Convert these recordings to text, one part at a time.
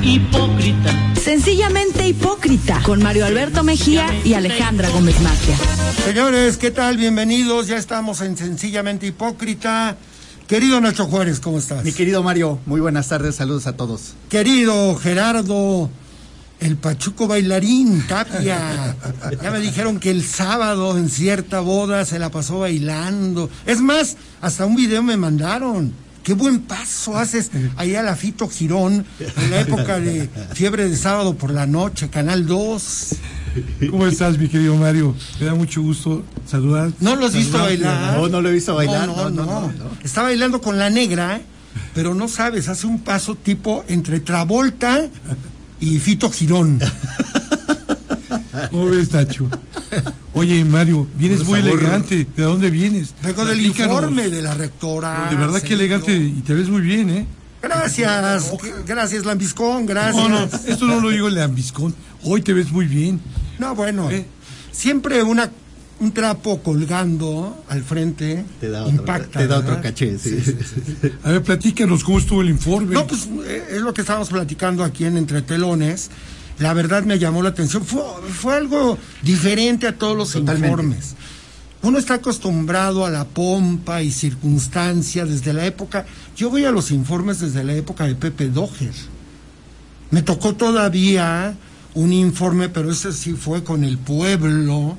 hipócrita. Sencillamente hipócrita, con Mario Alberto Mejía y Alejandra Gómez Maquia. Señores, ¿qué tal? Bienvenidos, ya estamos en Sencillamente Hipócrita. Querido Nacho Juárez, ¿cómo estás? Mi querido Mario, muy buenas tardes, saludos a todos. Querido Gerardo, el Pachuco bailarín, Tapia. Ya me dijeron que el sábado en cierta boda se la pasó bailando. Es más, hasta un video me mandaron. Qué buen paso haces ahí a la Fito Girón en la época de Fiebre de Sábado por la Noche, Canal 2. ¿Cómo estás, mi querido Mario? Me da mucho gusto saludar. ¿No lo has visto bailar? No lo he visto bailar. No. Está bailando con la negra, pero no sabes, hace un paso tipo entre Travolta y Fito Girón. ¿Cómo ves, Nacho? Oye, Mario, vienes muy elegante. ¿De dónde vienes? Vengo del informe de la rectora. De verdad que elegante y te ves muy bien, ¿eh? Gracias, Lambiscón, gracias. No, esto no lo digo el Lambiscón. Hoy te ves muy bien. No, bueno, siempre un trapo colgando al frente impacta. Te da otro caché, sí. A ver, platícanos cómo estuvo el informe. No, pues es lo que estábamos platicando aquí en Entre Telones. La verdad me llamó la atención. Fue algo diferente a todos los informes. Uno está acostumbrado a la pompa y circunstancia desde la época. Yo voy a los informes desde la época de Pepe Doher. Me tocó todavía un informe, pero ese sí fue con el pueblo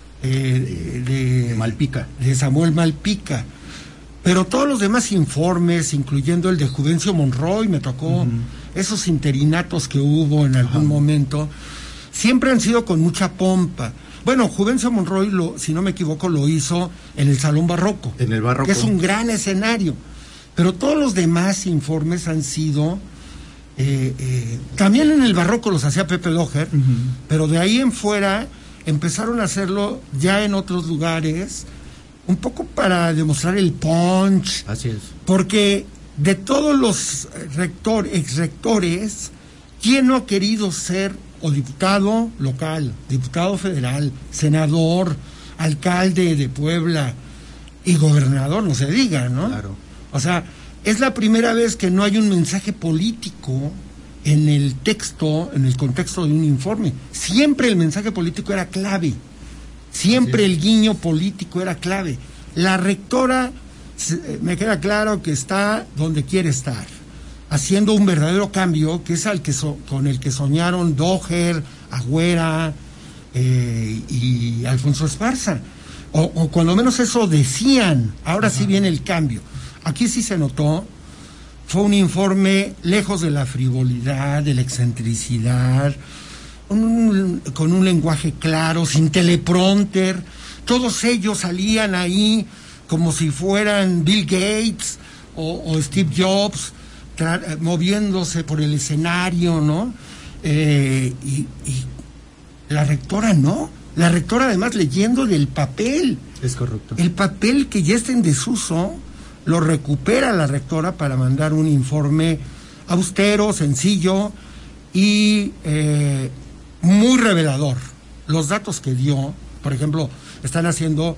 de Malpica. De Samuel Malpica. Pero todos los demás informes, incluyendo el de Juvencio Monroy, me tocó esos interinatos que hubo en algún momento, siempre han sido con mucha pompa. Bueno, Juvencio Monroy, si no me equivoco, lo hizo en el Salón Barroco. En el Barroco. Que es un gran escenario. Pero todos los demás informes han sido... también en el Barroco los hacía Pepe Doher, pero de ahí en fuera empezaron a hacerlo ya en otros lugares, un poco para demostrar el punch. Así es. Porque de todos los exrectores, ¿quién no ha querido ser o diputado local, diputado federal, senador, alcalde de Puebla y gobernador? No se diga, ¿no? Claro. O sea, es la primera vez que no hay un mensaje político en el texto, en el contexto de un informe. Siempre el mensaje político era clave. Siempre el guiño político era clave. La rectora, me queda claro que está donde quiere estar, haciendo un verdadero cambio, que es con el que soñaron Doher, Agüera y Alfonso Esparza. O cuando menos eso decían. Ahora sí viene el cambio. Aquí sí se notó. Fue un informe lejos de la frivolidad, de la excentricidad, con un lenguaje claro, sin teleprompter. Todos ellos salían ahí como si fueran Bill Gates o Steve Jobs, moviéndose por el escenario, ¿no? Y la rectora no. La rectora además leyendo del papel. Es correcto. El papel que ya está en desuso lo recupera la rectora para mandar un informe austero, sencillo y muy revelador. Los datos que dio, por ejemplo, están haciendo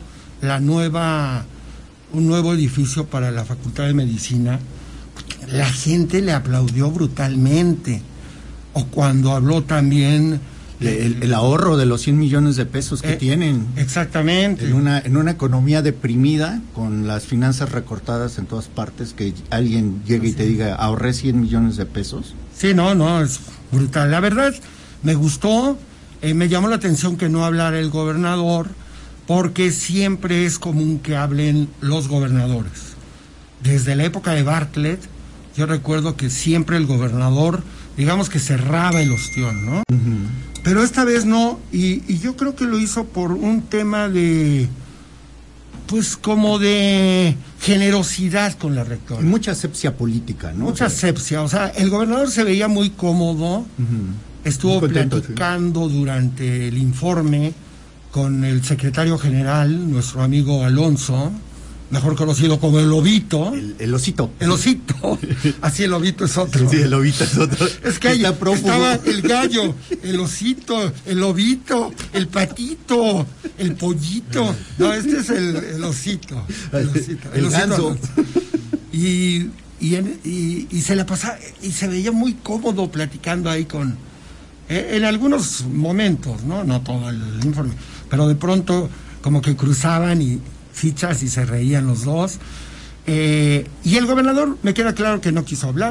un nuevo edificio para la Facultad de Medicina. La gente le aplaudió brutalmente. O cuando habló también el ahorro de los 100 millones de pesos que tienen. Exactamente. En una economía deprimida, con las finanzas recortadas en todas partes, que alguien llegue y te diga, ahorré 100 millones de pesos. Sí, no, es brutal. La verdad, me gustó, me llamó la atención que no hablara el gobernador, porque siempre es común que hablen los gobernadores. Desde la época de Bartlett, yo recuerdo que siempre el gobernador, digamos que cerraba el ostión, ¿no? Pero esta vez no, y yo creo que lo hizo por un tema de, pues como de generosidad con la rectora. Y mucha asepsia política, ¿no? Mucha asepsia, o sea, el gobernador se veía muy cómodo, estuvo contento, platicando durante el informe con el secretario general, nuestro amigo Alonso, mejor conocido como el Lobito. El osito. El osito. Así el Lobito es otro. Sí, el Lobito es otro. Es que estaba el gallo, el osito, el Lobito, el patito, el pollito. No, este es el osito. El osito. El ganso. Y y se la pasaba, y se veía muy cómodo platicando ahí con, en algunos momentos, no todo el informe, pero de pronto como que cruzaban y fichas y se reían los dos. Y el gobernador, me queda claro que no quiso hablar,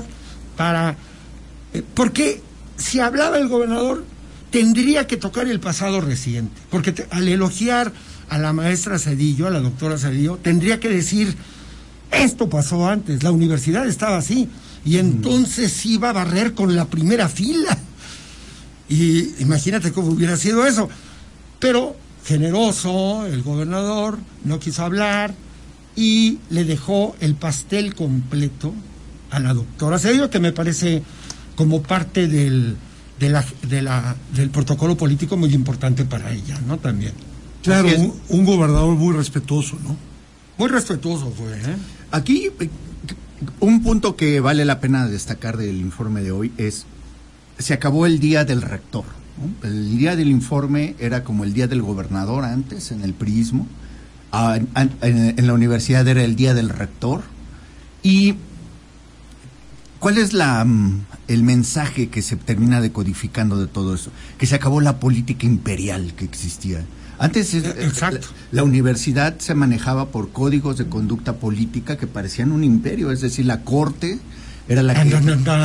porque si hablaba el gobernador, tendría que tocar el pasado reciente, porque al elogiar a la maestra Zedillo, a la doctora Zedillo, tendría que decir, esto pasó antes, la universidad estaba así, y entonces iba a barrer con la primera fila. Y imagínate cómo hubiera sido eso. Pero generoso, el gobernador no quiso hablar y le dejó el pastel completo a la doctora Zedillo, que me parece como parte del protocolo político muy importante para ella, ¿no? También. Claro, un gobernador muy respetuoso, ¿no? Muy respetuoso fue, ¿eh? Aquí, un punto que vale la pena destacar del informe de hoy es, se acabó el día del rector, ¿no? El día del informe era como el día del gobernador antes, en el priismo. En la universidad era el día del rector. ¿Y cuál es el mensaje que se termina decodificando de todo eso? Que se acabó la política imperial que existía. Antes la universidad se manejaba por códigos de conducta política que parecían un imperio, es decir, la corte era la que...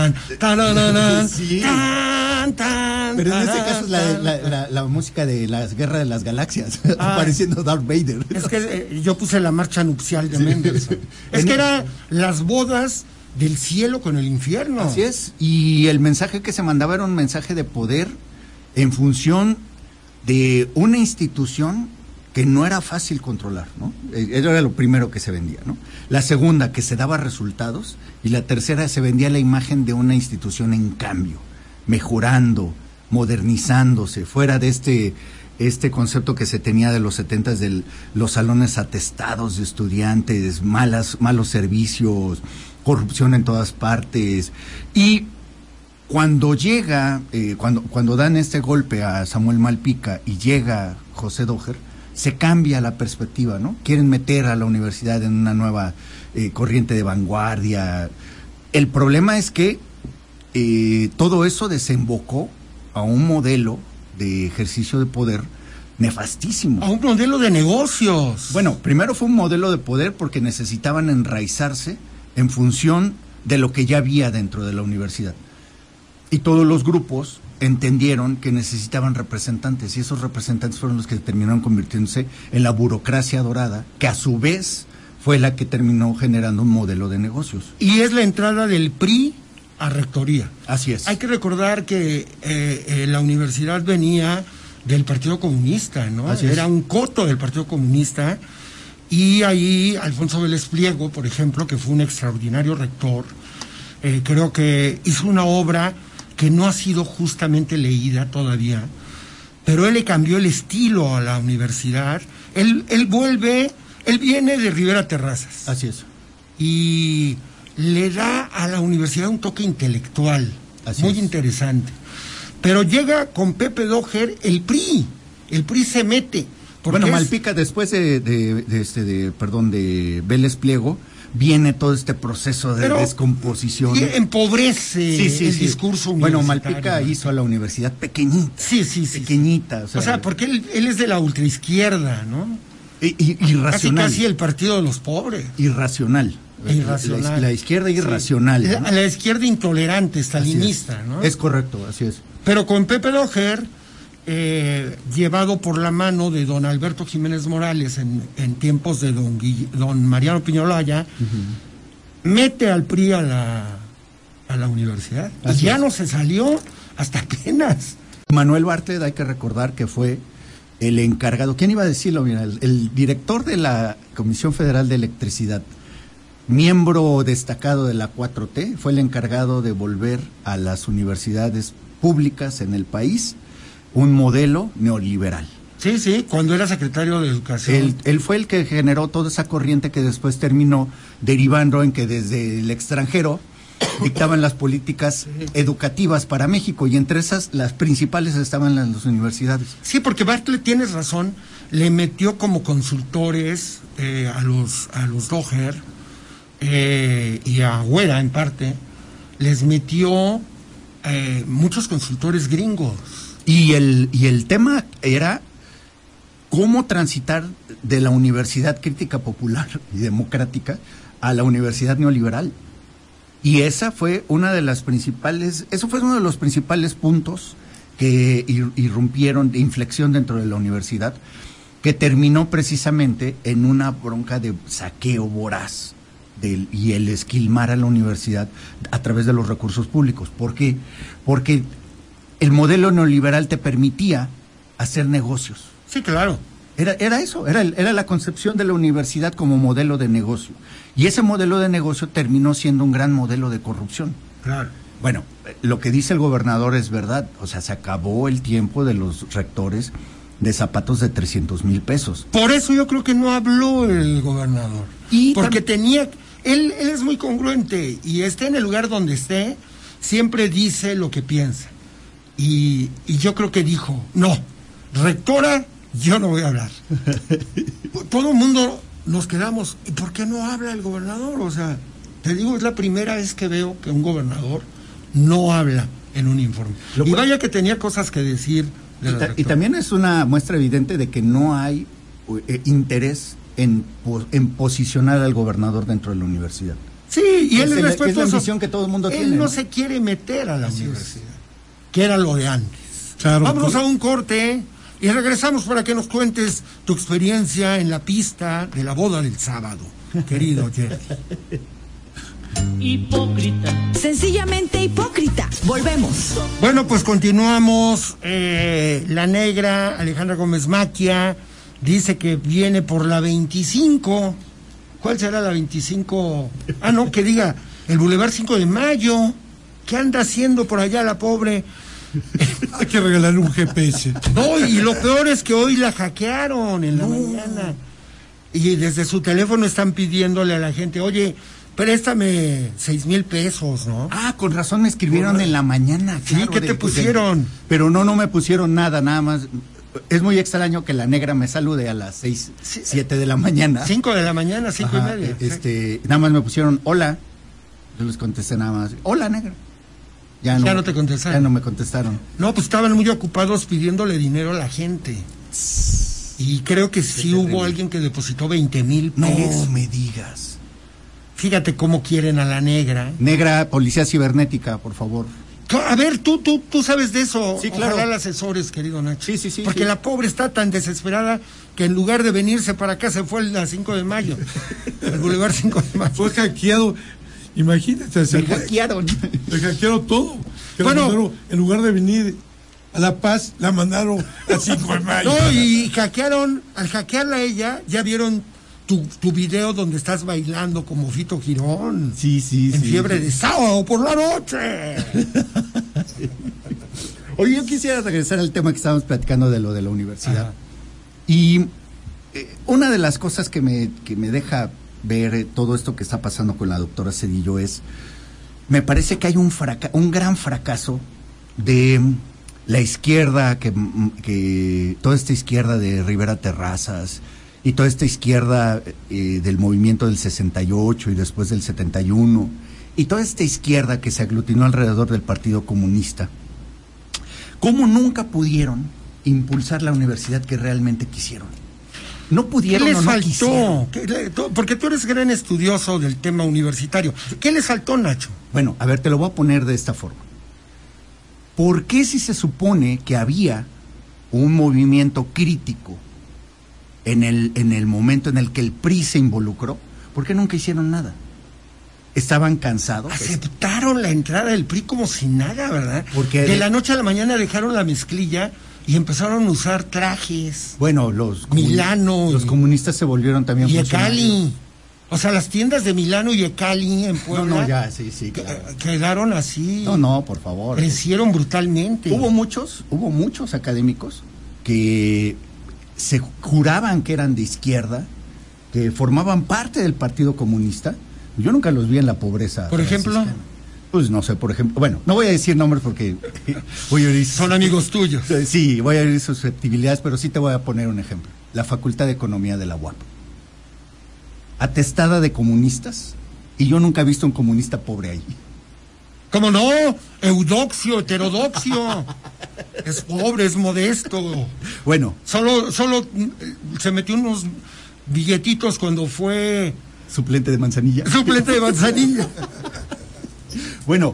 Sí. Pero en este caso es la música de las guerras de las galaxias, apareciendo Darth Vader. Es que yo puse la marcha nupcial de Mendelssohn. Es que eran las bodas del cielo con el infierno. Así es, y el mensaje que se mandaba era un mensaje de poder en función de una institución que no era fácil controlar, ¿no? Eso era lo primero que se vendía, ¿no? La segunda, que se daba resultados, y la tercera, se vendía la imagen de una institución en cambio, mejorando, modernizándose, fuera de este concepto que se tenía de los 70s de los salones atestados de estudiantes, malos servicios, corrupción en todas partes. Y cuando llega, cuando dan este golpe a Samuel Malpica y llega José Dóger, se cambia la perspectiva, ¿no? Quieren meter a la universidad en una nueva corriente de vanguardia. El problema es que todo eso desembocó a un modelo de ejercicio de poder nefastísimo. A un modelo de negocios. Bueno, primero fue un modelo de poder porque necesitaban enraizarse en función de lo que ya había dentro de la universidad. Y todos los grupos entendieron que necesitaban representantes, y esos representantes fueron los que terminaron convirtiéndose en la burocracia dorada, que a su vez fue la que terminó generando un modelo de negocios. Y es la entrada del PRI a rectoría. Así es. Hay que recordar que la universidad venía del Partido Comunista, ¿no? Era un coto del Partido Comunista, y ahí Alfonso Vélez Pliego, por ejemplo, que fue un extraordinario rector, creo que hizo una obra que no ha sido justamente leída todavía, pero él le cambió el estilo a la universidad. Él viene de Rivera Terrazas. Así es. Y le da a la universidad un toque intelectual, muy interesante. Pero llega con Pepe Dóger el PRI se mete. Bueno, Malpica, después de Vélez Pliego, viene todo este proceso de descomposición. Y empobrece el discurso universitario. Bueno, Malpica hizo a la universidad pequeñita. Sí. Pequeñita. O sea, porque él es de la ultraizquierda, ¿no? Irracional. Casi el partido de los pobres. Irracional. La izquierda irracional. Sí. La izquierda intolerante, stalinista, ¿no? Es correcto, así es. Pero con Pepe Dóger, llevado por la mano de don Alberto Jiménez Morales en tiempos de don Mariano Piñolaya, mete al PRI a la universidad. Así y ya no se salió hasta apenas. Manuel Bartlett, hay que recordar que fue el encargado, ¿quién iba a decirlo? Mira, el director de la Comisión Federal de Electricidad, miembro destacado de la 4T, fue el encargado de volver a las universidades públicas en el país un modelo neoliberal. Sí, cuando era secretario de Educación. Él fue el que generó toda esa corriente que después terminó derivando en que desde el extranjero dictaban las políticas educativas para México, y entre esas las principales estaban en las universidades. Sí, porque Bartlett, tienes razón, le metió como consultores a los Dóger y a Güera en parte, les metió muchos consultores gringos. Y el tema era cómo transitar de la Universidad Crítica Popular y Democrática a la Universidad Neoliberal. Y esa fue una de las principales, eso fue uno de los principales puntos que irrumpieron de inflexión dentro de la universidad, que terminó precisamente en una bronca de saqueo voraz y el esquilmar a la universidad a través de los recursos públicos. ¿Por qué? Porque el modelo neoliberal te permitía hacer negocios. Sí, claro. Era eso, era la concepción de la universidad como modelo de negocio. Y ese modelo de negocio terminó siendo un gran modelo de corrupción. Claro. Bueno, lo que dice el gobernador es verdad, o sea, se acabó el tiempo de los rectores de zapatos de 300,000 pesos. Por eso yo creo que no habló el gobernador. Porque él es muy congruente y esté en el lugar donde esté, siempre dice lo que piensa. Y yo creo que dijo, no, rectora, yo no voy a hablar. Todo el mundo nos quedamos, ¿y por qué no habla el gobernador? O sea, te digo, es la primera vez que veo que un gobernador no habla en un informe. Y vaya que tenía cosas que decir. Y también es una muestra evidente de que no hay interés en posicionar al gobernador dentro de la universidad. Sí, y él es respetuoso. Es la ambición que todo el mundo tiene. Él no se quiere meter a la universidad, que era lo de antes. Claro, vámonos a un corte y regresamos para que nos cuentes tu experiencia en la pista de la boda del sábado, querido Jerry. Hipócrita. Sencillamente hipócrita. Volvemos. Bueno, pues continuamos. La negra Alejandra Gómez Maquia dice que viene por la 25. ¿Cuál será la 25? Ah, no, que diga el Boulevard 5 de Mayo. ¿Qué anda haciendo por allá la pobre? Hay que regalarle un GPS. No, y lo peor es que hoy la hackearon en la mañana. Y desde su teléfono están pidiéndole a la gente, oye, préstame 6,000 pesos, ¿no? Ah, con razón me escribieron en la mañana. Sí, claro, ¿qué te pusieron? Pero no me pusieron nada más. Es muy extraño que la negra me salude a las 6, 7 de la mañana. 5 de la mañana, 5:30. Nada más me pusieron hola. Yo les contesté nada más, hola negra. Ya no te contestaron. Ya no me contestaron. No, pues estaban muy ocupados pidiéndole dinero a la gente. Y creo que sí hubo alguien que depositó 20,000 pesos. No me digas. Fíjate cómo quieren a la negra. Negra, policía cibernética, por favor. A ver, tú sabes de eso. Sí, claro. Ojalá las asesores, querido Nacho. Sí. Porque la pobre está tan desesperada que en lugar de venirse para acá se fue a 5 de mayo. El Boulevard 5 de Mayo. Fue hackeado. Imagínate. Me hackearon. Me hackearon todo. Bueno, en lugar de venir a La Paz, la mandaron a 5 de mayo. No, y al hackearla a ella, ya vieron tu video donde estás bailando como Fito Girón. Sí. En fiebre de sábado por la noche. Oye, yo quisiera regresar al tema que estábamos platicando de lo de la universidad. Ajá. Y una de las cosas que me deja ver todo esto que está pasando con la doctora Zedillo me parece que hay un gran fracaso de la izquierda, que toda esta izquierda de Rivera Terrazas y toda esta izquierda del movimiento del 68 y después del 71 y toda esta izquierda que se aglutinó alrededor del Partido Comunista, ¿cómo nunca pudieron impulsar la universidad que realmente quisieron? No pudieron. ¿Qué les faltó? Quisieron. Porque tú eres gran estudioso del tema universitario. ¿Qué les faltó, Nacho? Bueno, a ver, te lo voy a poner de esta forma. ¿Por qué si se supone que había un movimiento crítico en el momento en el que el PRI se involucró, por qué nunca hicieron nada? ¿Estaban cansados? Aceptaron la entrada del PRI como si nada, ¿verdad? Porque de la noche a la mañana dejaron la mezclilla y empezaron a usar trajes. Bueno, los comunistas se volvieron también y Ecali. O sea, las tiendas de Milano y Ecali en Puebla. No, ya, sí, claro. Quedaron así. No, por favor. Crecieron brutalmente. Hubo muchos académicos que se juraban que eran de izquierda, que formaban parte del Partido Comunista. Yo nunca los vi en la pobreza. ¿Por ejemplo? Pues no sé, por ejemplo, bueno, no voy a decir nombres porque voy a ir, son amigos tuyos. Sí, voy a ir susceptibilidades, pero sí te voy a poner un ejemplo. La Facultad de Economía de la UAP. Atestada de comunistas Y yo nunca he visto un comunista pobre ahí. ¿Cómo no? Eudoxio, heterodoxio. Es pobre, es modesto. Bueno. Solo se metió unos billetitos cuando fue... Suplente de Manzanilla. Suplente de Manzanilla. Bueno,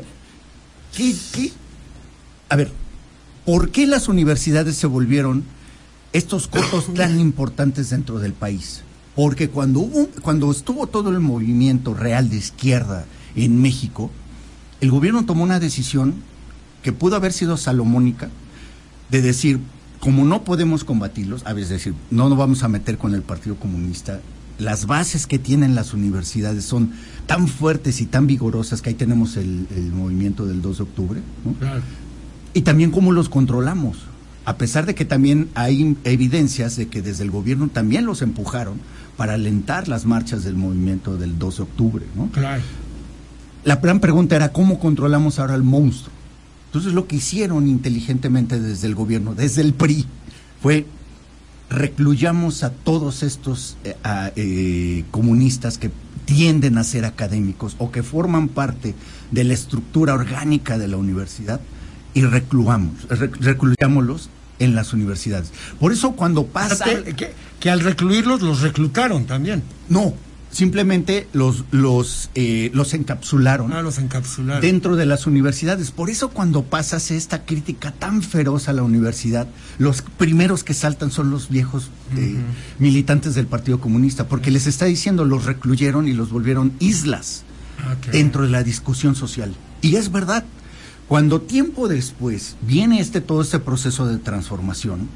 a ver, ¿por qué las universidades se volvieron estos cotos tan importantes dentro del país? Porque cuando estuvo todo el movimiento real de izquierda en México, el gobierno tomó una decisión que pudo haber sido salomónica, de decir, como no podemos combatirlos, es decir, no nos vamos a meter con el Partido Comunista, las bases que tienen las universidades son tan fuertes y tan vigorosas que ahí tenemos el movimiento del 2 de octubre, ¿no? Claro. Y también cómo los controlamos, a pesar de que también hay evidencias de que desde el gobierno también los empujaron para alentar las marchas del movimiento del 2 de octubre, ¿no? Claro. La gran pregunta era, ¿cómo controlamos ahora al monstruo? Entonces lo que hicieron inteligentemente desde el gobierno, desde el PRI, fue recluyamos a todos estos comunistas que tienden a ser académicos o que forman parte de la estructura orgánica de la universidad y recluyámoslos en las universidades. Por eso cuando pasa... Que al recluirlos los reclutaron también. No, simplemente los encapsularon. Los encapsularon. Dentro de las universidades. Por eso cuando pasas esta crítica tan feroz a la universidad, los primeros que saltan son los viejos militantes del Partido Comunista, porque les está diciendo, los recluyeron y los volvieron islas dentro de la discusión social. Y es verdad, cuando tiempo después viene todo este proceso de transformación,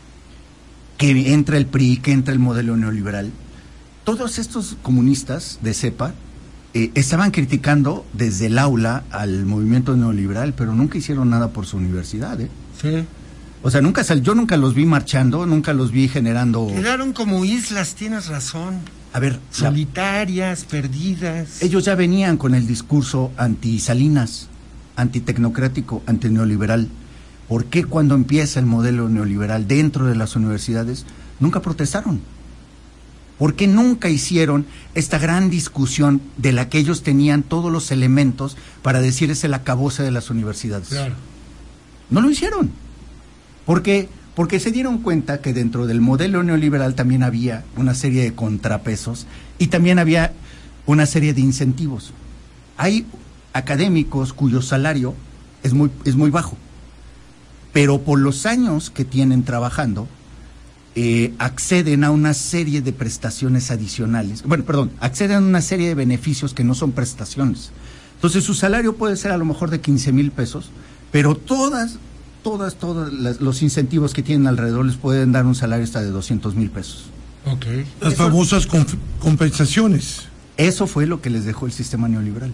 que entra el PRI, que entra el modelo neoliberal, todos estos comunistas de cepa estaban criticando desde el aula al movimiento neoliberal, pero nunca hicieron nada por su universidad, ¿eh? Sí. O sea, yo nunca los vi marchando, nunca los vi generando... Quedaron como islas, tienes razón. A ver... Solitarias, perdidas. Ellos ya venían con el discurso anti-Salinas, antitecnocrático, antineoliberal. ¿Por qué cuando empieza el modelo neoliberal dentro de las universidades nunca protestaron? ¿Por qué nunca hicieron esta gran discusión de la que ellos tenían todos los elementos para decir es el acabose de las universidades? Claro. No lo hicieron. ¿Por qué? Porque se dieron cuenta que dentro del modelo neoliberal también había una serie de contrapesos y también había una serie de incentivos. Hay académicos cuyo salario es muy bajo, pero por los años que tienen trabajando, acceden a una serie de prestaciones adicionales. Acceden a una serie de beneficios que no son prestaciones. Entonces su salario puede ser a lo mejor de 15,000 pesos, pero todos los incentivos que tienen alrededor les pueden dar un salario hasta de 200,000 pesos. Okay. Las famosas compensaciones. Eso fue lo que les dejó el sistema neoliberal.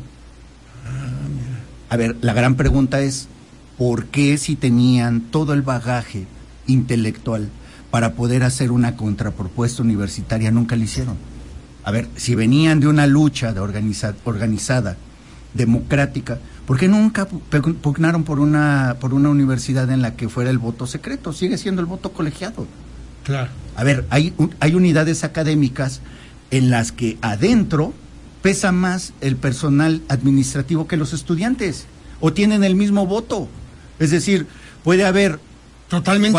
A ver, la gran pregunta es, ¿por qué si tenían todo el bagaje intelectual para poder hacer una contrapropuesta universitaria nunca lo hicieron? A ver, si venían de una lucha organizada, democrática, ¿por qué nunca pugnaron por una universidad en la que fuera el voto secreto? Sigue siendo el voto colegiado. Claro. A ver, hay unidades académicas en las que adentro pesa más el personal administrativo que los estudiantes, o tienen el mismo voto. Es decir, puede haber totalmente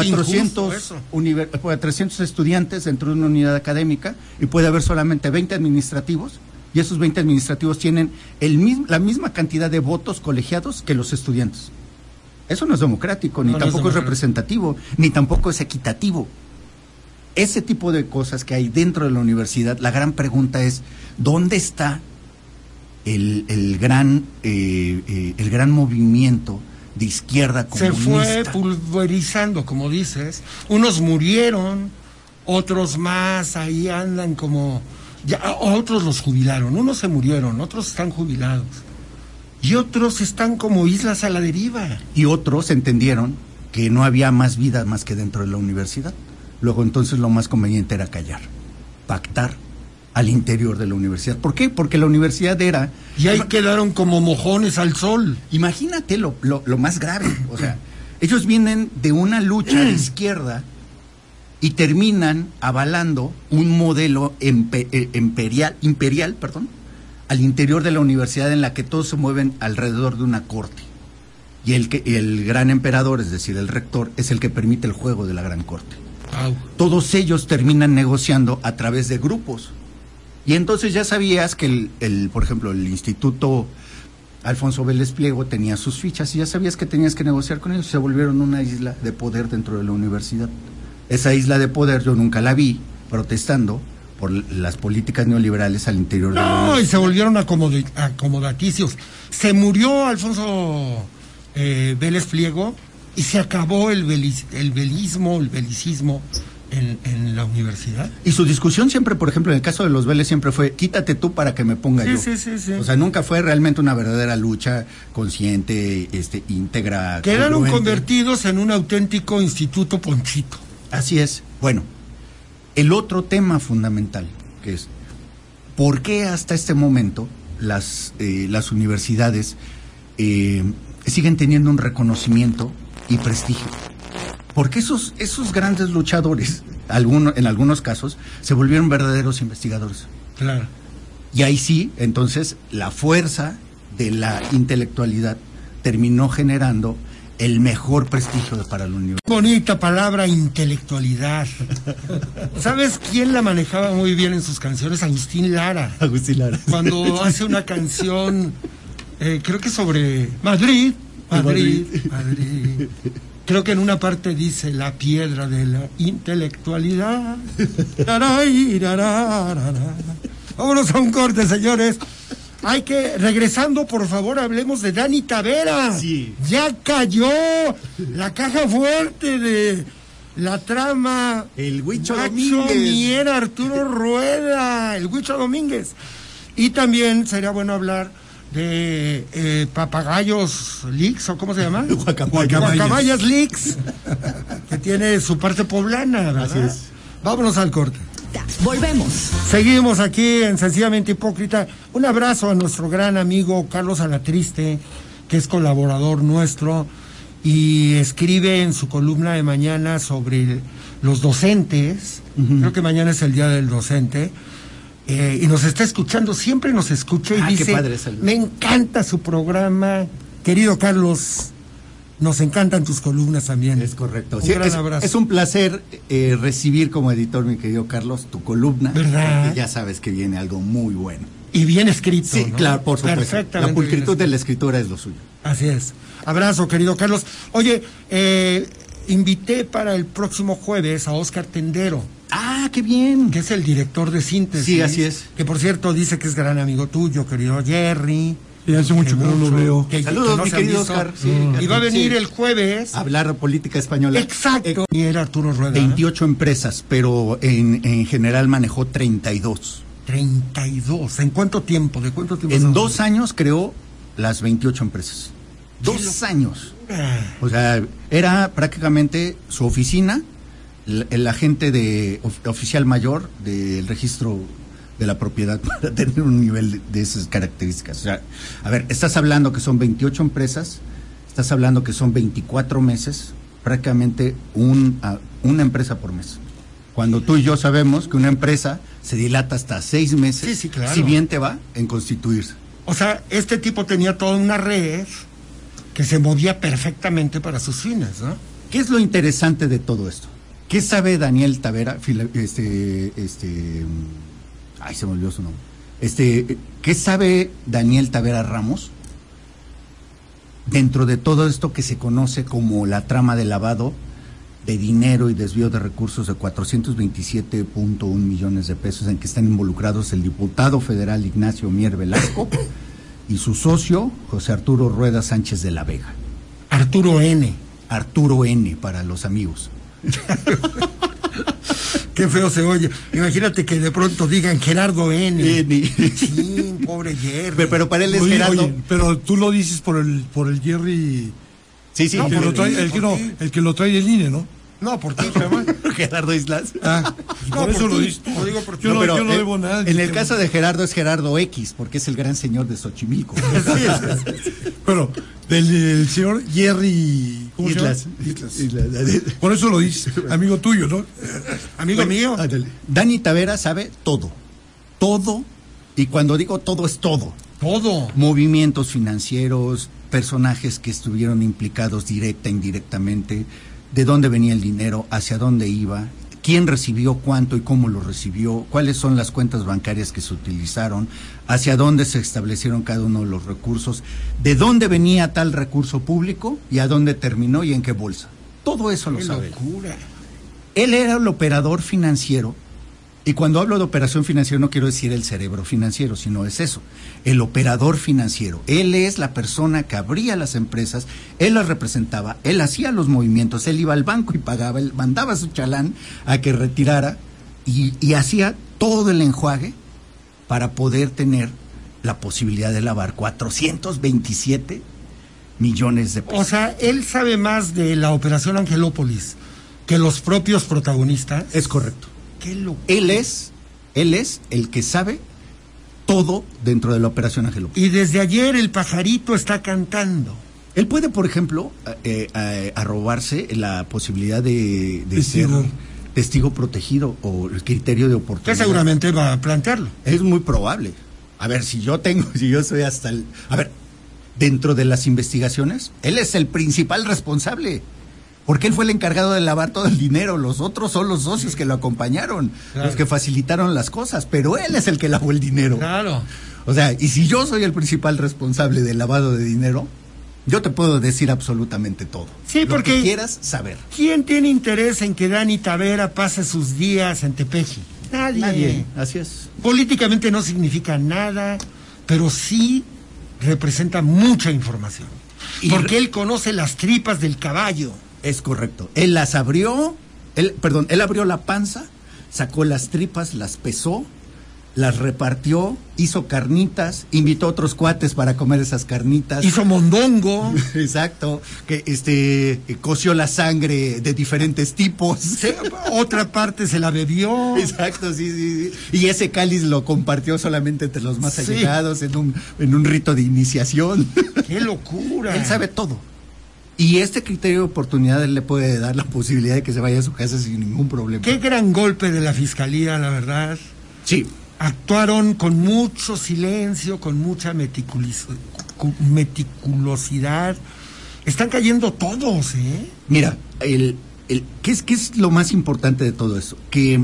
300 estudiantes dentro de una unidad académica y puede haber solamente 20 administrativos, y esos 20 administrativos tienen la misma cantidad de votos colegiados que los estudiantes. Eso no es democrático, ni tampoco es representativo, ni tampoco es equitativo. Ese tipo de cosas que hay dentro de la universidad, la gran pregunta es, ¿dónde está el gran movimiento de izquierda comunista? Se fue pulverizando, como dices. Unos murieron, otros más ahí andan como... otros los jubilaron, unos se murieron, otros están jubilados. Y otros están como islas a la deriva. Y otros entendieron que no había más vida más que dentro de la universidad. Luego entonces lo más conveniente era callar, pactar al interior de la universidad. ¿Por qué? Porque la universidad era... Y ahí quedaron como mojones al sol. Imagínate lo más grave. O sea, ellos vienen de una lucha de izquierda y terminan avalando un modelo imperial, al interior de la universidad en la que todos se mueven alrededor de una corte. Y el gran emperador, es decir, el rector, es el que permite el juego de la gran corte. Todos ellos terminan negociando a través de grupos. Y entonces ya sabías que por ejemplo, el Instituto Alfonso Vélez Pliego tenía sus fichas y ya sabías que tenías que negociar con ellos. Se volvieron una isla de poder dentro de la universidad. Esa isla de poder yo nunca la vi protestando por las políticas neoliberales al interior de la universidad. No, y se volvieron acomodaticios. Se murió Alfonso Vélez Pliego y se acabó el belicismo en la universidad. Y su discusión siempre, por ejemplo, en el caso de los Vélez, siempre fue, quítate tú para que me ponga yo. Sí. O sea, nunca fue realmente una verdadera lucha consciente, íntegra. Quedaron convertidos en un auténtico instituto Ponchito. Así es. Bueno, el otro tema fundamental, que es, ¿por qué hasta este momento las universidades siguen teniendo un reconocimiento y prestigio? Porque esos grandes luchadores, en algunos casos, se volvieron verdaderos investigadores. Claro. Y ahí sí, entonces, la fuerza de la intelectualidad terminó generando el mejor prestigio para la universidad. Bonita palabra, intelectualidad. ¿Sabes quién la manejaba muy bien en sus canciones? Agustín Lara. Agustín Lara. Cuando hace una canción, creo que sobre Madrid. Creo que en una parte dice la piedra de la intelectualidad. Vámonos a un corte, señores. Regresando, por favor, hablemos de Dani Tavera. Sí. Ya cayó la caja fuerte de la trama. El Huicho Domínguez. Domínguez. Arturo Rueda, el Huicho Domínguez. Y también sería bueno hablar de Papagayos Leaks, ¿o cómo se llama? Guacamayas Leaks, que tiene su parte poblana, ¿verdad? Así es. Vámonos al corte. Volvemos. Seguimos aquí en Sencillamente Hipócrita. Un abrazo a nuestro gran amigo Carlos Alatriste, que es colaborador nuestro y escribe en su columna de mañana sobre los docentes. Creo que mañana es el día del docente. Y nos está escuchando, siempre nos escucha y dice, qué padre, me encanta su programa. Querido Carlos, nos encantan tus columnas también. Es correcto. Un gran abrazo. Es un placer recibir como editor, mi querido Carlos, tu columna. ¿Verdad? Porque ya sabes que viene algo muy bueno. Y bien escrito, Sí, ¿no? claro, por supuesto. Perfectamente La pulcritud bien de la escritura es lo suyo. Así es. Abrazo, querido Carlos. Oye, invité para el próximo jueves a Óscar Tendero. ¡Ah, qué bien! Que es el director de Síntesis. Sí, así es. Que por cierto dice que es gran amigo tuyo, querido Jerry. Y hace mucho que no lo veo. Saludos, no mi se han querido visto. Oscar. Sí, Y va a venir sí. el jueves. Hablar de política española. Exacto. Y era Arturo Rueda. 28 empresas, pero en general manejó 32. 32. ¿En cuánto tiempo? ¿De cuánto tiempo? En 2 años creó las 28 empresas. 2 años. O sea, era prácticamente su oficina, el agente oficial mayor del registro de la propiedad para tener un nivel de esas características. O sea, a ver, estás hablando que son 28 empresas, estás hablando que son 24 meses, prácticamente una empresa por mes. Cuando tú y yo sabemos que una empresa se dilata hasta 6 meses, Sí, claro. si bien te va en constituirse. O sea, este tipo tenía toda una red que se movía perfectamente para sus fines, ¿no? ¿Qué es lo interesante de todo esto? ¿Qué sabe Daniel Tavera? Ay, se me olvidó su nombre. ¿Qué sabe Daniel Tavera Ramos dentro de todo esto que se conoce como la trama de lavado de dinero y desvío de recursos de 427.1 millones de pesos en que están involucrados el diputado federal Ignacio Mier Velasco y su socio José Arturo Rueda Sánchez de la Vega? Arturo N. Arturo N. para los amigos. Qué feo se oye. Imagínate que de pronto digan Gerardo N. Sí, pobre Jerry. Pero para él es Oye, Gerardo. oye, pero tú lo dices por el Jerry. Sí, sí. No, El que por lo trae, ti, el que por no, ti. el que lo trae el INE, ¿no? No, por ti, jamás. Gerardo Islas. Ah, No, por eso por lo ti. dices tú. Lo digo por ti. Yo no, pero, yo no debo nada. En el caso de Gerardo es Gerardo X, porque es el gran señor de Xochimilco. Pero del señor Jerry. ¿Cómo Islas. se llama? Por eso lo dices, amigo tuyo, ¿no? Amigo mío. Dani Tavera sabe todo. Todo Y cuando digo todo, es todo. Todo. Movimientos financieros, personajes que estuvieron implicados directa e indirectamente, de dónde venía el dinero, hacia dónde iba, quién recibió cuánto y cómo lo recibió, cuáles son las cuentas bancarias que se utilizaron, hacia dónde se establecieron cada uno de los recursos, de dónde venía tal recurso público y a dónde terminó y en qué bolsa. Todo eso lo sabe. ¡Qué locura! Él era el operador financiero, y cuando hablo de operación financiera no quiero decir el cerebro financiero, sino es eso, el operador financiero. Él es la persona que abría las empresas, él las representaba, él hacía los movimientos, él iba al banco y pagaba, él mandaba a su chalán a que retirara y hacía todo el enjuague para poder tener la posibilidad de lavar 427 millones de pesos. O sea, él sabe más de la operación Angelópolis que los propios protagonistas. Es correcto. ¡Qué locura! Él es el que sabe todo dentro de la operación Angelópolis. Y desde ayer el pajarito está cantando. Él puede, por ejemplo, arrobarse la posibilidad de ser testigo protegido o el criterio de oportunidad. Que seguramente va a plantearlo. Es muy probable. A ver, si yo soy hasta el... A ver, dentro de las investigaciones, él es el principal responsable. Porque él fue el encargado de lavar todo el dinero, los otros son los socios que lo acompañaron, claro, los que facilitaron las cosas, pero él es el que lavó el dinero. Claro. O sea, y si yo soy el principal responsable del lavado de dinero, yo te puedo decir absolutamente todo. Sí, porque lo que quieras saber. ¿Quién tiene interés en que Dani Tavera pase sus días en Tepeji? Nadie. Así es. Políticamente no significa nada, pero sí representa mucha información. Porque él conoce las tripas del caballo. Es correcto. Él las abrió, él abrió la panza, sacó las tripas, las pesó, las repartió, hizo carnitas, invitó a otros cuates para comer esas carnitas. Hizo mondongo. Exacto, que coció la sangre de diferentes tipos. Sí, otra parte se la bebió. Exacto, sí. Y ese cáliz lo compartió solamente entre los más allegados en un rito de iniciación. ¡Qué locura! Él sabe todo. Y este criterio de oportunidad él le puede dar la posibilidad de que se vaya a su casa sin ningún problema. Qué gran golpe de la fiscalía, la verdad. Sí. Actuaron con mucho silencio, con mucha meticulosidad. Están cayendo todos, ¿eh? Mira, ¿qué es lo más importante de todo eso? Que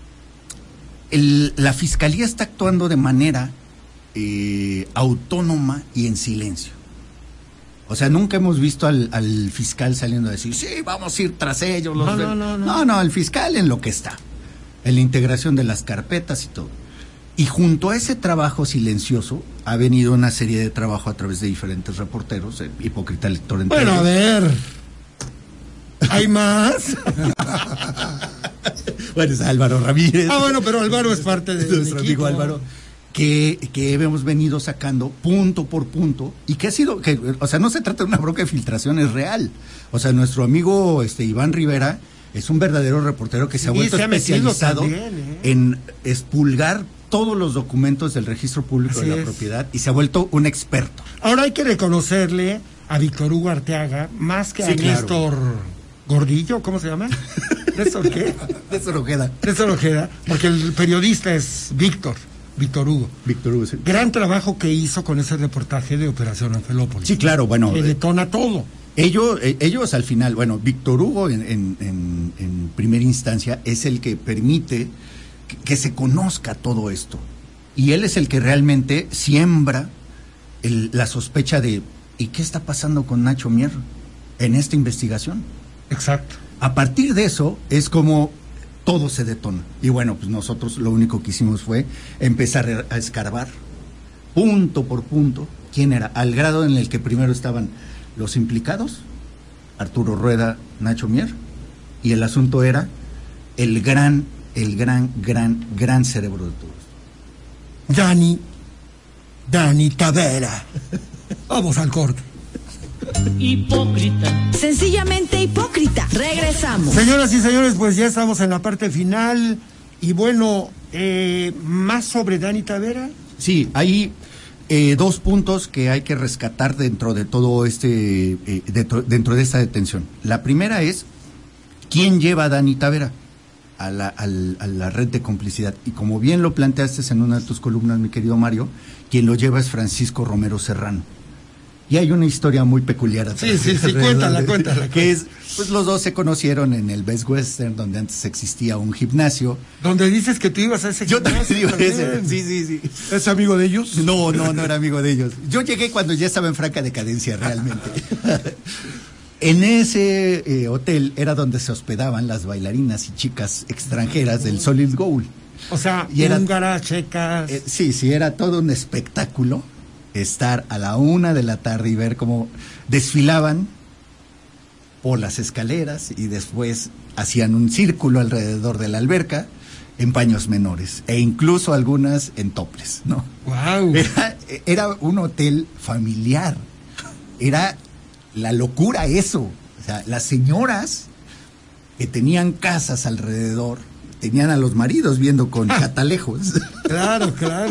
la fiscalía está actuando de manera autónoma y en silencio. O sea, nunca hemos visto al fiscal saliendo a decir, sí, vamos a ir tras ellos. No, el fiscal en lo que está, en la integración de las carpetas y todo. Y junto a ese trabajo silencioso, ha venido una serie de trabajo a través de diferentes reporteros, Hipócrita Lector entre ellos. A ver, ¿hay más? Bueno, es Álvaro Ramírez. Bueno, pero Álvaro es parte de nuestro amigo Álvaro. Que hemos venido sacando punto por punto y que ha sido, o sea, no se trata de una bronca de filtración, es real. O sea, nuestro amigo Iván Rivera es un verdadero reportero que se ha vuelto especializado en expulgar todos los documentos del registro público de la propiedad y se ha vuelto un experto. Ahora hay que reconocerle a Víctor Hugo Arteaga, más que a Néstor Gordillo, ¿cómo se llama? ¿Néstor qué? Néstor Ojeda. Néstor Ojeda, porque el periodista es Víctor Hugo, sí. Gran trabajo que hizo con ese reportaje de Operación Angelópolis. Sí, claro, bueno. Que detona todo. Ellos al final, bueno, Víctor Hugo en primera instancia es el que permite que se conozca todo esto. Y él es el que realmente siembra la sospecha de, ¿y qué está pasando con Nacho Mier en esta investigación? Exacto. A partir de eso es como todo se detona. Y bueno, pues nosotros lo único que hicimos fue empezar a escarbar punto por punto quién era, al grado en el que primero estaban los implicados, Arturo Rueda, Nacho Mier, y el asunto era el gran cerebro de todo esto. Dani Tavera. Vamos al corte. Hipócrita. Sencillamente hipócrita. Regresamos. Señoras y señores, pues ya estamos en la parte final. Y bueno, ¿más sobre Dani Tavera? Sí, hay dos puntos que hay que rescatar dentro de todo dentro de esta detención. La primera es, ¿quién lleva a Dani Tavera? a la red de complicidad. Y como bien lo planteaste en una de tus columnas, mi querido Mario, quien lo lleva es Francisco Romero Serrano. Y hay una historia muy peculiar atrás. Sí, cuéntala. Que es, pues los dos se conocieron en el Best Western, donde antes existía un gimnasio. Donde dices que tú ibas a ese Yo gimnasio. también iba a ese. Sí. ¿Es amigo de ellos? No era amigo de ellos. Yo llegué cuando ya estaba en franca decadencia, realmente. En ese hotel era donde se hospedaban las bailarinas y chicas extranjeras del Solid Gold. O sea, húngaras, checas. Sí, era todo un espectáculo estar a la 1 de la tarde y ver cómo desfilaban por las escaleras y después hacían un círculo alrededor de la alberca en paños menores e incluso algunas en toples, ¿no? Wow. Era un hotel familiar. Era la locura eso. O sea, las señoras que tenían casas alrededor tenían a los maridos viendo con catalejos. Claro.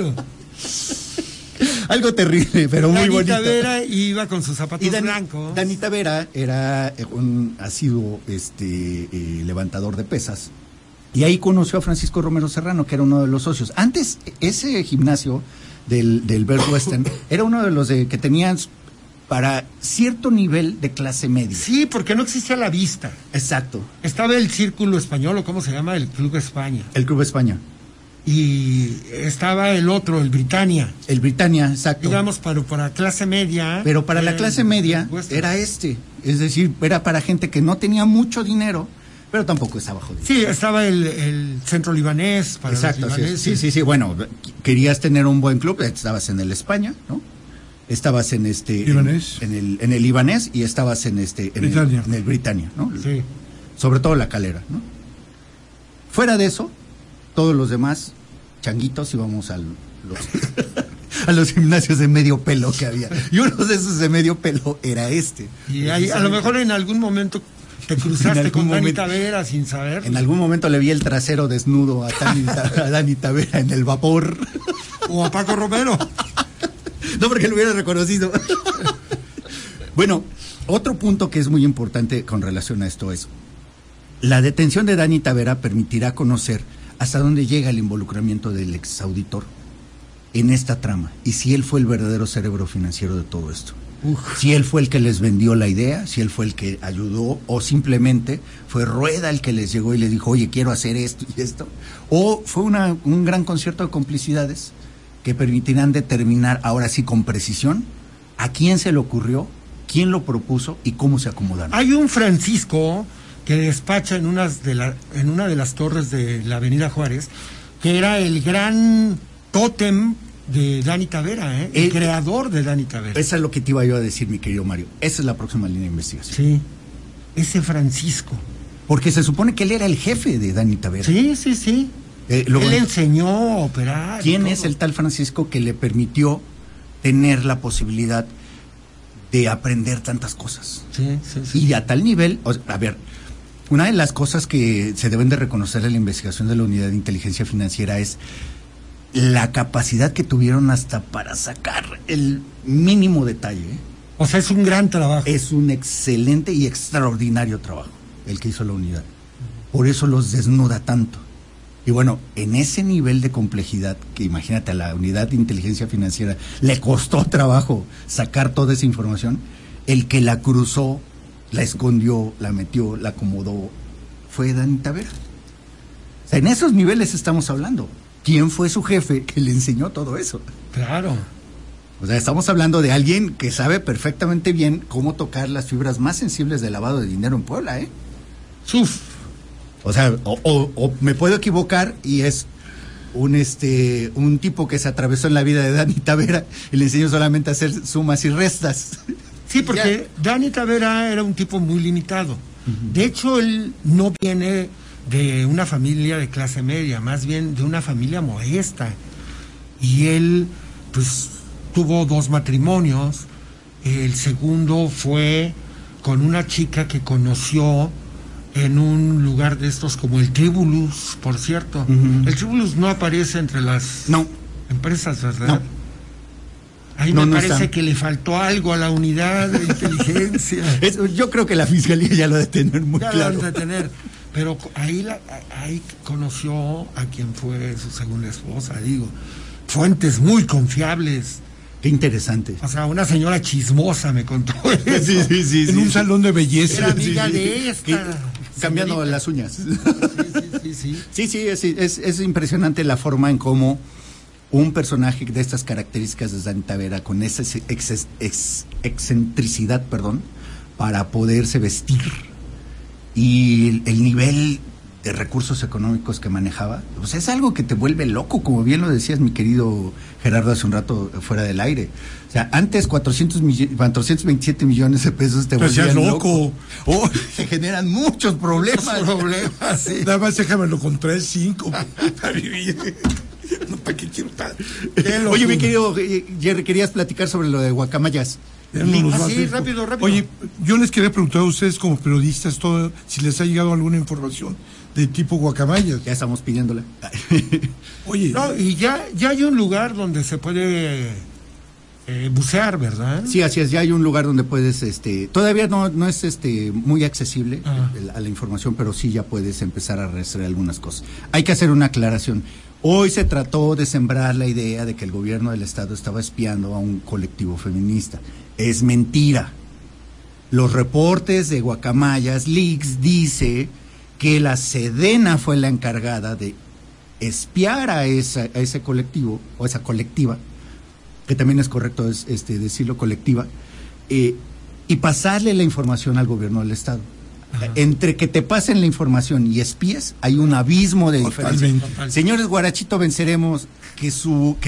Algo terrible, pero muy bonito. Danita Vera iba con sus zapatos blancos. Danita Vera era un asiduo levantador de pesas. Y ahí conoció a Francisco Romero Serrano, que era uno de los socios. Antes, ese gimnasio del Best Western era uno de los que tenían para cierto nivel de clase media. Sí, porque no existía la vista. Exacto. Estaba el Círculo Español, o ¿cómo se llama? El Club España. El Club España. Y estaba el otro, el Britannia. El Britannia, exacto. Digamos, para clase media. Pero para la clase media era es decir, era para gente que no tenía mucho dinero, pero tampoco estaba jodido. Sí, estaba el centro libanés para exacto, los libaneses. Sí, bueno, querías tener un buen club, estabas en el España, ¿no? Estabas en libanés. En el libanés y estabas en el Britannia, ¿no? Sí. Sobre todo la Calera, ¿no? Fuera de eso, todos los demás changuitos íbamos a los gimnasios de medio pelo que había. Y uno de esos de medio pelo era este. Y ahí, a lo mejor en algún momento te cruzaste con Danita Vera sin saber. En algún momento le vi el trasero desnudo a Danita Vera en el vapor. O a Paco Romero. No, porque lo hubiera reconocido. Bueno, otro punto que es muy importante con relación a esto es la detención de Danita Vera permitirá conocer hasta dónde llega el involucramiento del exauditor en esta trama y si él fue el verdadero cerebro financiero de todo esto. Si él fue el que les vendió la idea, si él fue el que ayudó o simplemente fue Rueda el que les llegó y les dijo, oye, quiero hacer esto y esto, o fue un gran concierto de complicidades que permitirán determinar ahora sí con precisión a quién se le ocurrió, quién lo propuso y cómo se acomodaron. Hay un Francisco que despacha en una de las torres de la Avenida Juárez, que era el gran tótem de Danita Vera, el creador de Danita Vera. Eso es lo que te iba yo a decir, mi querido Mario. Esa es la próxima línea de investigación. Sí, ese Francisco. Porque se supone que él era el jefe de Danita Vera. Sí. Él enseñó a operar. ¿Quién es el tal Francisco que le permitió tener la posibilidad de aprender tantas cosas? Sí. Y a tal nivel, a ver, una de las cosas que se deben de reconocer en la investigación de la Unidad de Inteligencia Financiera es la capacidad que tuvieron hasta para sacar el mínimo detalle. O sea, es un gran trabajo. Es un excelente y extraordinario trabajo el que hizo la unidad. Por eso los desnuda tanto. Y bueno, en ese nivel de complejidad, que imagínate, a la Unidad de Inteligencia Financiera le costó trabajo sacar toda esa información, el que la cruzó, la escondió, la metió, la acomodó, fue Danita Vera. O sea, en esos niveles estamos hablando. ¿Quién fue su jefe que le enseñó todo eso? Claro. O sea, estamos hablando de alguien que sabe perfectamente bien cómo tocar las fibras más sensibles del lavado de dinero en Puebla, ¿eh? ¡Uf! O sea, o me puedo equivocar y es un tipo que se atravesó en la vida de Danita Vera y le enseñó solamente a hacer sumas y restas. Sí, porque Danita Vera era un tipo muy limitado. Uh-huh. De hecho, él no viene de una familia de clase media, más bien de una familia modesta. Y él, pues, tuvo 2 matrimonios. El segundo fue con una chica que conoció en un lugar de estos como el Tribulus, por cierto. Uh-huh. El Tribulus no aparece entre las empresas, ¿verdad? No. Ahí me parece que le faltó algo a la unidad de inteligencia. Yo creo que la fiscalía ya lo debe tener muy claro. Lo debe tener. Pero ahí conoció a quien fue su segunda esposa, digo. Fuentes muy confiables. Qué interesante. O sea, una señora chismosa me contó eso. Sí. En un salón de belleza. Era amiga de esta. Cambiando señorita. las uñas. Sí. Sí, es impresionante la forma en cómo un personaje de estas características de Dani Vera, con esa excentricidad, para poderse vestir, y el nivel de recursos económicos que manejaba, pues es algo que te vuelve loco, como bien lo decías, mi querido Gerardo, hace un rato fuera del aire. O sea, antes 427 millones de pesos te volvían loco. Oh, se generan muchos problemas. Sí. Nada más déjamelo con 3, 5 para vivir. No, ¿para qué quiero tanto? Oye, mi querido Jerry, querías platicar sobre lo de Guacamayas. Sí, rápido. Oye, yo les quería preguntar a ustedes como periodistas si les ha llegado alguna información de tipo Guacamayas. Ya estamos pidiéndola. Oye. No, y ya hay un lugar donde se puede bucear, ¿verdad? Sí, así es, ya hay un lugar donde puedes, todavía no es muy accesible a la información, pero sí ya puedes empezar a rastrear algunas cosas. Hay que hacer una aclaración. Hoy se trató de sembrar la idea de que el gobierno del estado estaba espiando a un colectivo feminista. Es mentira. Los reportes de Guacamayas Leaks dice que la Sedena fue la encargada de espiar a ese colectivo, o esa colectiva, que también es correcto decirlo colectiva, y pasarle la información al gobierno del estado. Ajá. Entre que te pasen la información y espíes, hay un abismo de diferencia. Señores, Guarachito Venceremos, que su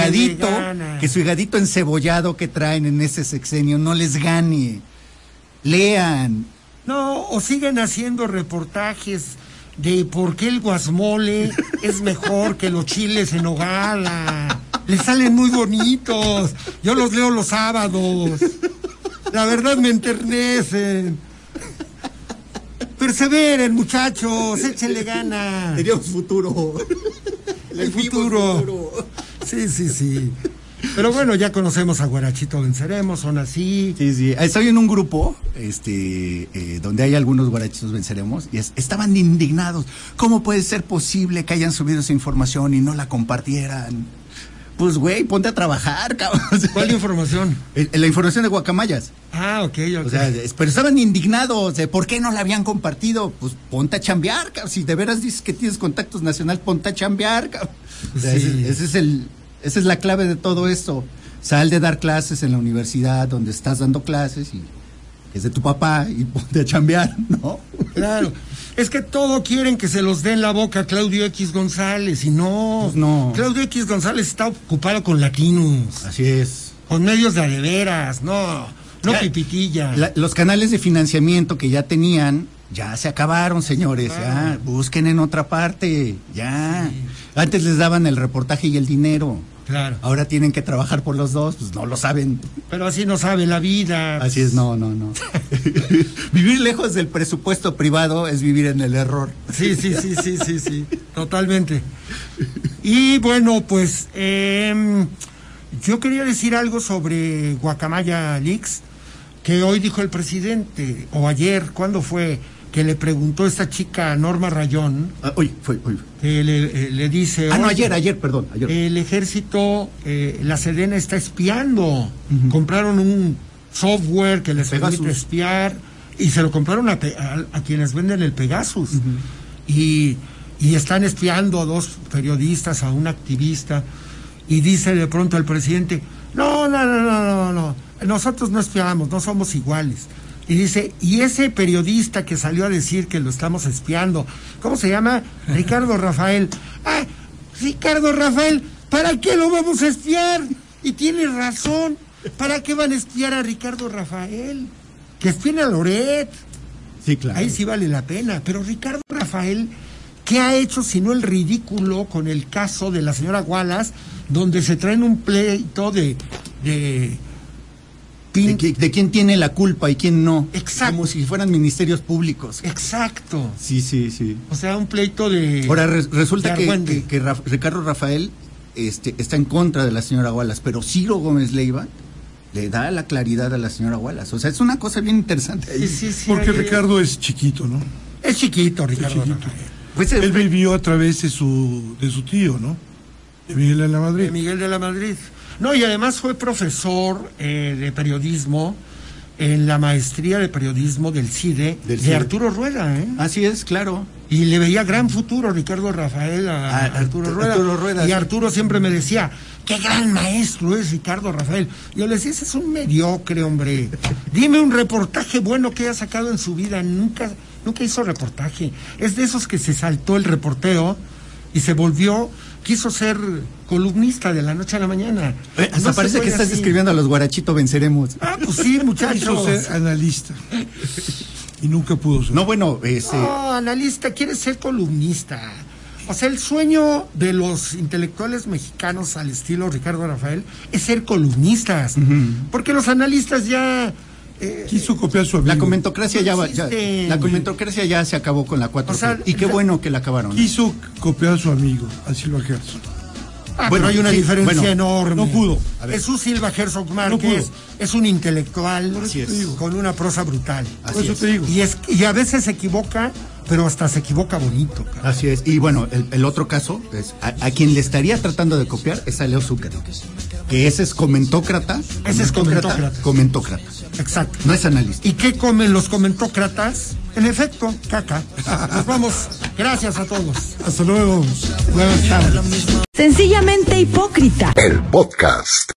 higadito encebollado que traen en ese sexenio no les gane. Lean. No, o siguen haciendo reportajes de por qué el guasmole es mejor que los chiles en nogada. Les salen muy bonitos. Yo los leo los sábados. La verdad me enternecen. Perseveren, muchachos, échenle ganas. Tenemos futuro. El futuro. Sí. Pero bueno, ya conocemos a Guarachito Venceremos, son así. Sí. Estoy en un grupo, donde hay algunos Guarachitos Venceremos, y estaban indignados. ¿Cómo puede ser posible que hayan subido esa información y no la compartieran? Pues, güey, ponte a trabajar, cabrón. ¿Cuál información? La información de Guacamayas. Ah, ok. O sea, pero estaban indignados de por qué no la habían compartido. Pues ponte a chambear, cabrón. Si de veras dices que tienes contactos nacional, ponte a chambear, cabrón. O sea, sí. Esa es la clave de todo esto. Sal de dar clases en la universidad donde estás dando clases y es de tu papá y ponte a chambear, ¿no? Claro. Es que todo quieren que se los dé en la boca a Claudio X González y no. Pues no. Claudio X González está ocupado con latinos. Así es. Con medios de adeveras, no pipitilla. Los canales de financiamiento que ya tenían, ya se acabaron, señores. Ya, busquen en otra parte, ya. Sí. Antes les daban el reportaje y el dinero. Claro. Ahora tienen que trabajar por los dos, pues no lo saben. Pero así no sabe la vida. Así es, no. Vivir lejos del presupuesto privado es vivir en el error. Sí, totalmente. Y bueno, pues yo quería decir algo sobre Guacamaya Leaks, que hoy dijo el presidente, o ayer, ¿cuándo fue? Que le preguntó a esta chica Norma Rayón. Hoy. Que le dice... ayer. El ejército, la Sedena está espiando. Uh-huh. Compraron un software que les permite espiar y se lo compraron a quienes venden el Pegasus. Uh-huh. Y están espiando a 2 periodistas, a un activista. Y dice de pronto el presidente, no. Nosotros no espiamos, no somos iguales. Y dice, y ese periodista que salió a decir que lo estamos espiando, ¿cómo se llama? Ricardo Rafael. Ah, Ricardo Rafael, ¿para qué lo vamos a espiar? Y tiene razón, ¿para qué van a espiar a Ricardo Rafael? Que espien a Loret. Sí, claro. Ahí sí vale la pena, pero Ricardo Rafael, ¿qué ha hecho sino el ridículo con el caso de la señora Wallace, donde se traen un pleito de quién tiene la culpa y quién no. Exacto. Como si fueran ministerios públicos. Exacto. Sí. O sea, un pleito de... Ahora, resulta que Ricardo Rafael está en contra de la señora Wallace, pero Ciro Gómez Leiva le da la claridad a la señora Wallace. O sea, es una cosa bien interesante ahí. Sí, porque Ricardo es chiquito, ¿no? Es chiquito, Ricardo. chiquito. Pues Él vivió a través de su tío, ¿no? De Miguel de la Madrid. De Miguel de la Madrid. No, y además fue profesor de periodismo en la maestría de periodismo del CIDE, de Arturo Rueda, ¿eh? Así es, claro. Y le veía gran futuro Ricardo Rafael a Arturo Rueda. Y sí. Arturo siempre me decía, qué gran maestro es Ricardo Rafael. Yo le decía, ese es un mediocre, hombre. Dime un reportaje bueno que haya sacado en su vida. Nunca hizo reportaje. Es de esos que se saltó el reporteo y se volvió, quiso ser columnista de la noche a la mañana. Hasta parece que estás escribiendo a los Guarachito venceremos. Ah, pues sí, muchachos. Quiso ser analista. Y nunca pudo ser. No, bueno, No, analista, quiere ser columnista. O sea, el sueño de los intelectuales mexicanos al estilo Ricardo Rafael es ser columnistas. Porque los analistas ya... Quiso copiar su amigo. la comentocracia ya se acabó con la 4T. O sea, y qué bueno que la acabaron. Quiso copiar a su amigo, a Silva Herzog. Bueno, hay una diferencia enorme. No pudo. Jesús Silva Herzog Márquez es un intelectual con una prosa brutal. Por eso te digo. Y a veces se equivoca, pero hasta se equivoca bonito. Cara. Así es. Y bueno, el otro caso es a quien le estaría tratando de copiar es a Leo Zuccarello, que ese es comentócrata. Ese es comentócrata. Comentócrata. Exacto. No es analista. ¿Y qué comen los comentócratas? En efecto, caca. Nos vamos. Gracias a todos. Hasta luego. Buenas tardes. Sencillamente hipócrita. El podcast.